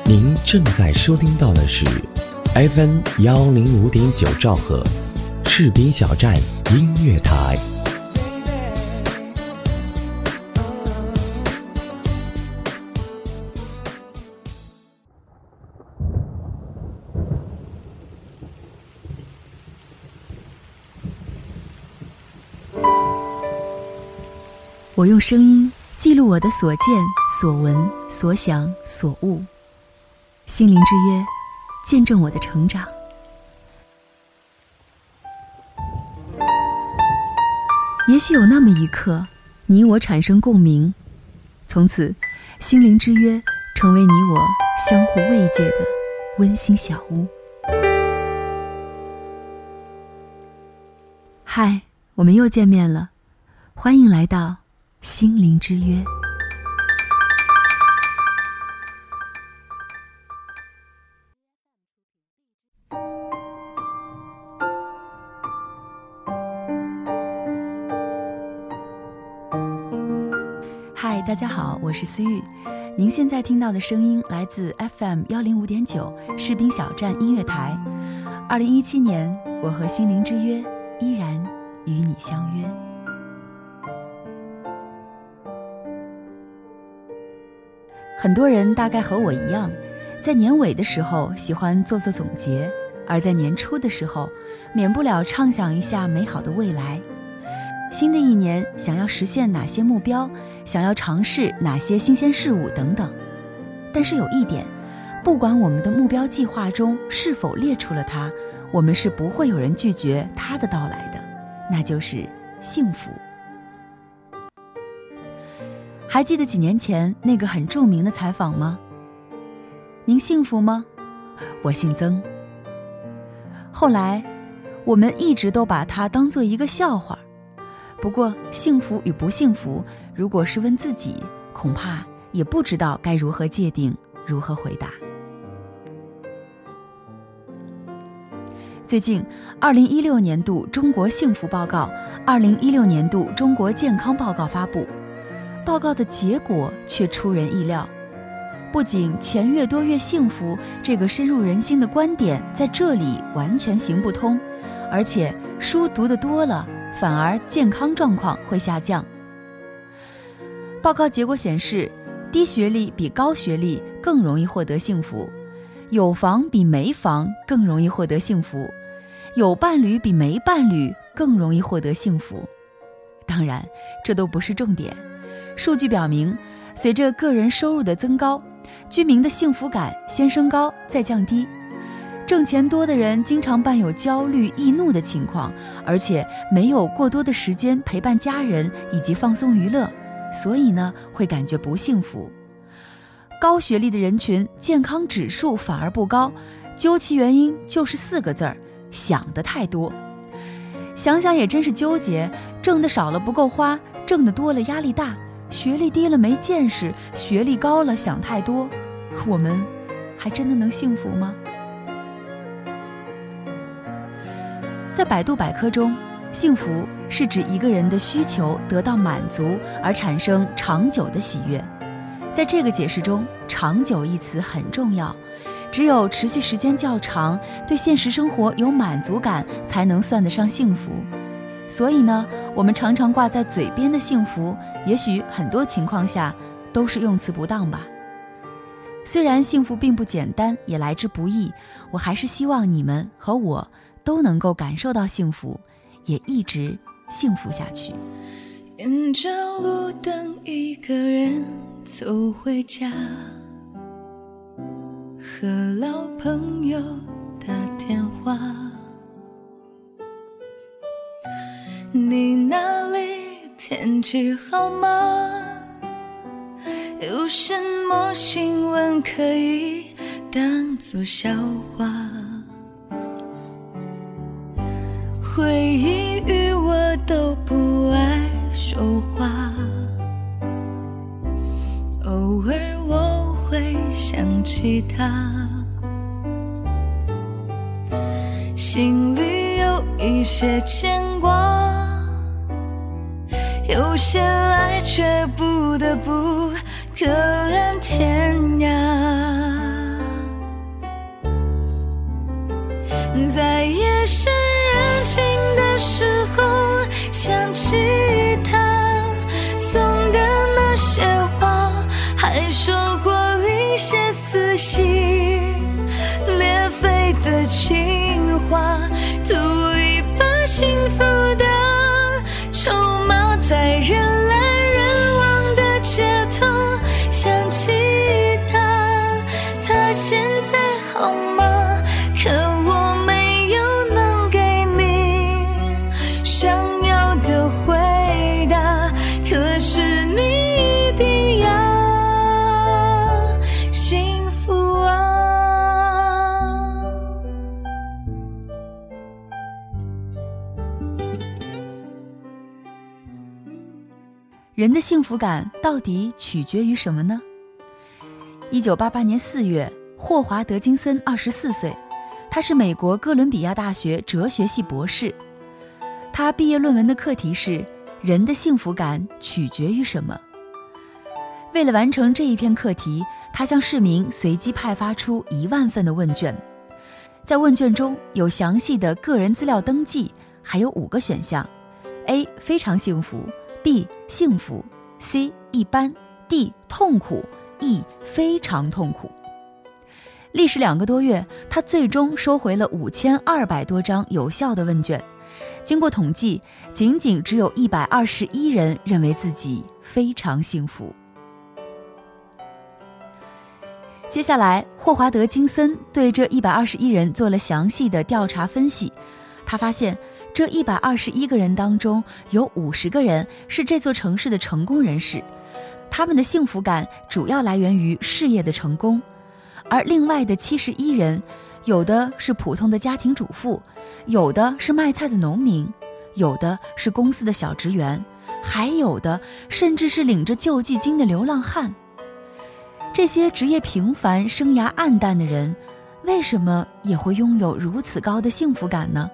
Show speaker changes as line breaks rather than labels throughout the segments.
您正在收听到的是 FM 105.9兆赫士兵小站音乐台。
我用声音记录我的所见所闻所想所悟，心灵之约，见证我的成长。也许有那么一刻，你我产生共鸣，从此心灵之约成为你我相互慰藉的温馨小屋。嗨，我们又见面了，欢迎来到心灵之约。嗨，大家好，我是思玉。您现在听到的声音来自 FM 105.9士兵小站音乐台。2017年，我和心灵之约依然与你相约。很多人大概和我一样，在年尾的时候喜欢做总结，而在年初的时候免不了畅想一下美好的未来。新的一年想要实现哪些目标，想要尝试哪些新鲜事物等等。但是有一点，不管我们的目标计划中是否列出了它，我们是不会有人拒绝它的到来的，那就是幸福。还记得几年前那个很著名的采访吗？您幸福吗？我姓曾。后来我们一直都把它当作一个笑话。不过幸福与不幸福，如果是问自己，恐怕也不知道该如何界定，如何回答。最近2016年度中国幸福报告、2016年度中国健康报告发布，报告的结果却出人意料。不仅钱越多越幸福这个深入人心的观点在这里完全行不通，而且书读得多了，反而健康状况会下降。报告结果显示，低学历比高学历更容易获得幸福，有房比没房更容易获得幸福，有伴侣比没伴侣更容易获得幸福。当然，这都不是重点。数据表明，随着个人收入的增高，居民的幸福感先升高再降低。挣钱多的人经常伴有焦虑易怒的情况，而且没有过多的时间陪伴家人以及放松娱乐，所以呢，会感觉不幸福。高学历的人群健康指数反而不高，究其原因就是4个字儿：想得太多。想想也真是纠结，挣得少了不够花，挣得多了压力大，学历低了没见识，学历高了想太多，我们还真的能幸福吗？在百度百科中，幸福是指一个人的需求得到满足而产生长久的喜悦。在这个解释中，长久一词很重要，只有持续时间较长，对现实生活有满足感，才能算得上幸福。所以呢，我们常常挂在嘴边的幸福，也许很多情况下都是用词不当吧。虽然幸福并不简单，也来之不易，我还是希望你们和我都能够感受到幸福，也一直幸福下去。
沿着路灯一个人走回家，和老朋友打电话，你那里天气好吗？有什么新闻可以当作笑话？回忆与我都不爱说话，偶尔我会想起他，心里有一些牵挂，有些爱却不得不各安天涯。 在夜深人静的时候，想起他送的那些话，还说过一些撕心裂肺的情话，赌一把幸福的筹码，在人来人往的街头想起他，他现在好吗？可我没有能给你想要的回答，可是你一定要幸福啊。
人的幸福感到底取决于什么呢？1988年4月，霍华德·金森24岁，他是美国哥伦比亚大学哲学系博士。他毕业论文的课题是人的幸福感取决于什么。为了完成这一篇课题，他向市民随机派发出1万份的问卷。在问卷中有详细的个人资料登记，还有5个选项： A 非常幸福， B 幸福， C 一般， D 痛苦， E 非常痛苦。历时2个多月，他最终收回了5200多张有效的问卷。经过统计，仅仅只有121人认为自己非常幸福。接下来，霍华德·金森对这121人做了详细的调查分析。他发现，这121个人当中，有50个人是这座城市的成功人士，他们的幸福感主要来源于事业的成功。而另外的71人，有的是普通的家庭主妇，有的是卖菜的农民，有的是公司的小职员，还有的甚至是领着救济金的流浪汉。这些职业平凡、生涯黯淡的人，为什么也会拥有如此高的幸福感呢？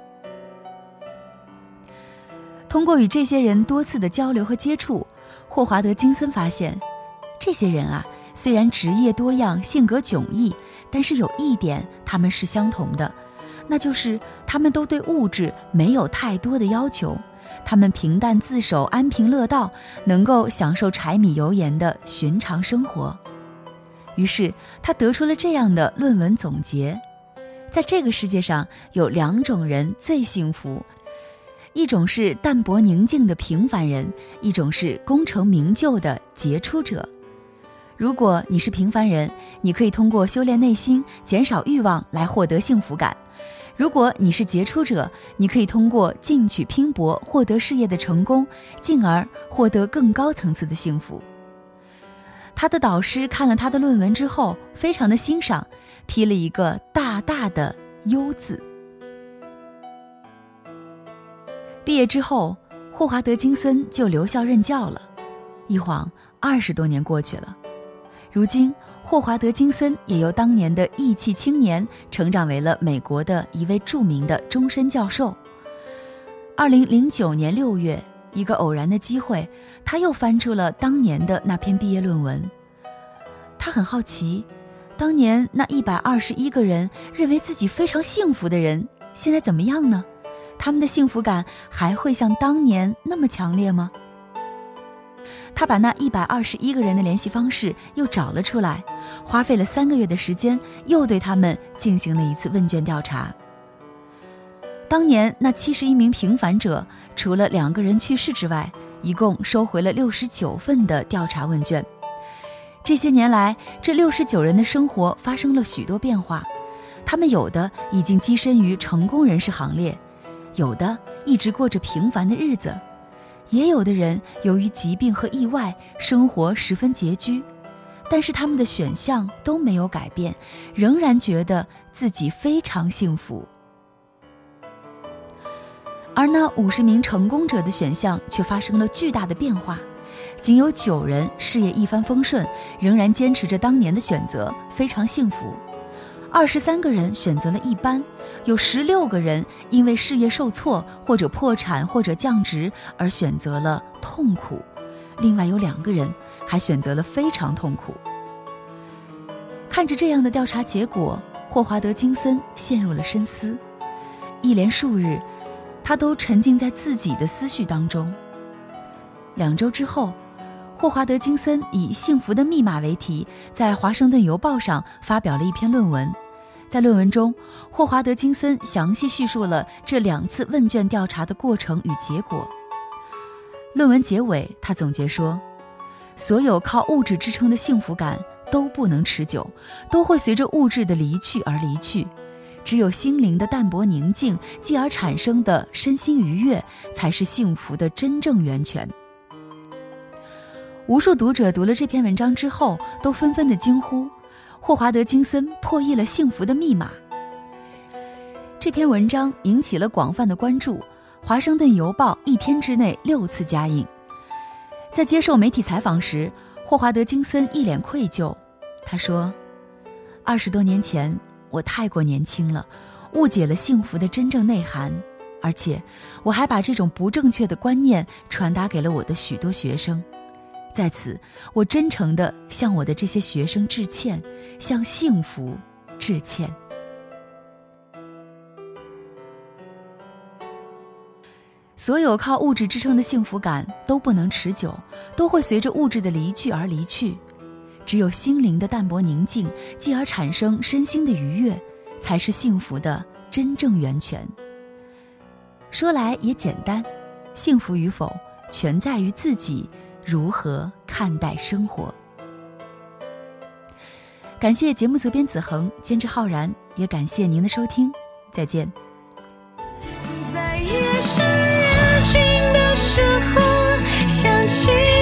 通过与这些人多次的交流和接触，霍华德·金森发现，这些人啊，虽然职业多样、性格迥异，但是有一点他们是相同的，那就是他们都对物质没有太多的要求，他们平淡自守、安贫乐道，能够享受柴米油盐的寻常生活。于是他得出了这样的论文总结：在这个世界上有2种人最幸福，一种是淡泊宁静的平凡人，一种是功成名就的杰出者。如果你是平凡人，你可以通过修炼内心、减少欲望来获得幸福感；如果你是杰出者，你可以通过进取拼搏获得事业的成功，进而获得更高层次的幸福。他的导师看了他的论文之后，非常的欣赏，批了一个大大的优字。毕业之后，霍华德·金森就留校任教了。一晃20多年过去了，如今霍华德·金森也由当年的义气青年成长为了美国的一位著名的终身教授。2009年6月，一个偶然的机会，他又翻出了当年的那篇毕业论文。他很好奇，当年那121个人认为自己非常幸福的人，现在怎么样呢？他们的幸福感还会像当年那么强烈吗？他把那121个人的联系方式又找了出来，花费了3个月的时间，又对他们进行了一次问卷调查。当年那71名平凡者，除了2个人去世之外，一共收回了69份的调查问卷。这些年来，这69人的生活发生了许多变化，他们有的已经跻身于成功人士行列，有的一直过着平凡的日子，也有的人由于疾病和意外，生活十分拮据，但是他们的选项都没有改变，仍然觉得自己非常幸福。而那50名成功者的选项却发生了巨大的变化，仅有9人事业一帆风顺，仍然坚持着当年的选择，非常幸福。23个人选择了一般，有16个人因为事业受挫或者破产或者降职而选择了痛苦，另外有2个人还选择了非常痛苦。看着这样的调查结果，霍华德·金森陷入了深思。 一连数日，他都沉浸在自己的思绪当中。2周之后，霍华德·金森以《幸福的密码》为题，在《华盛顿邮报》上发表了一篇论文。在论文中，霍华德·金森详细叙述了这2次问卷调查的过程与结果。论文结尾，他总结说，所有靠物质支撑的幸福感都不能持久，都会随着物质的离去而离去。只有心灵的淡泊宁静，继而产生的身心愉悦，才是幸福的真正源泉。无数读者读了这篇文章之后，都纷纷地惊呼，霍华德·金森破译了幸福的密码。这篇文章引起了广泛的关注，华盛顿邮报1天之内6次加印。在接受媒体采访时，霍华德·金森一脸愧疚，他说：“20多年前，我太过年轻了，误解了幸福的真正内涵，而且我还把这种不正确的观念传达给了我的许多学生。在此，我真诚地向我的这些学生致歉，向幸福致歉。”所有靠物质支撑的幸福感都不能持久，都会随着物质的离去而离去。只有心灵的淡泊宁静，继而产生身心的愉悦，才是幸福的真正源泉。说来也简单，幸福与否，全在于自己如何看待生活。感谢节目责编子恒，监制浩然，也感谢您的收听，再见。
在夜深人静的时候，想起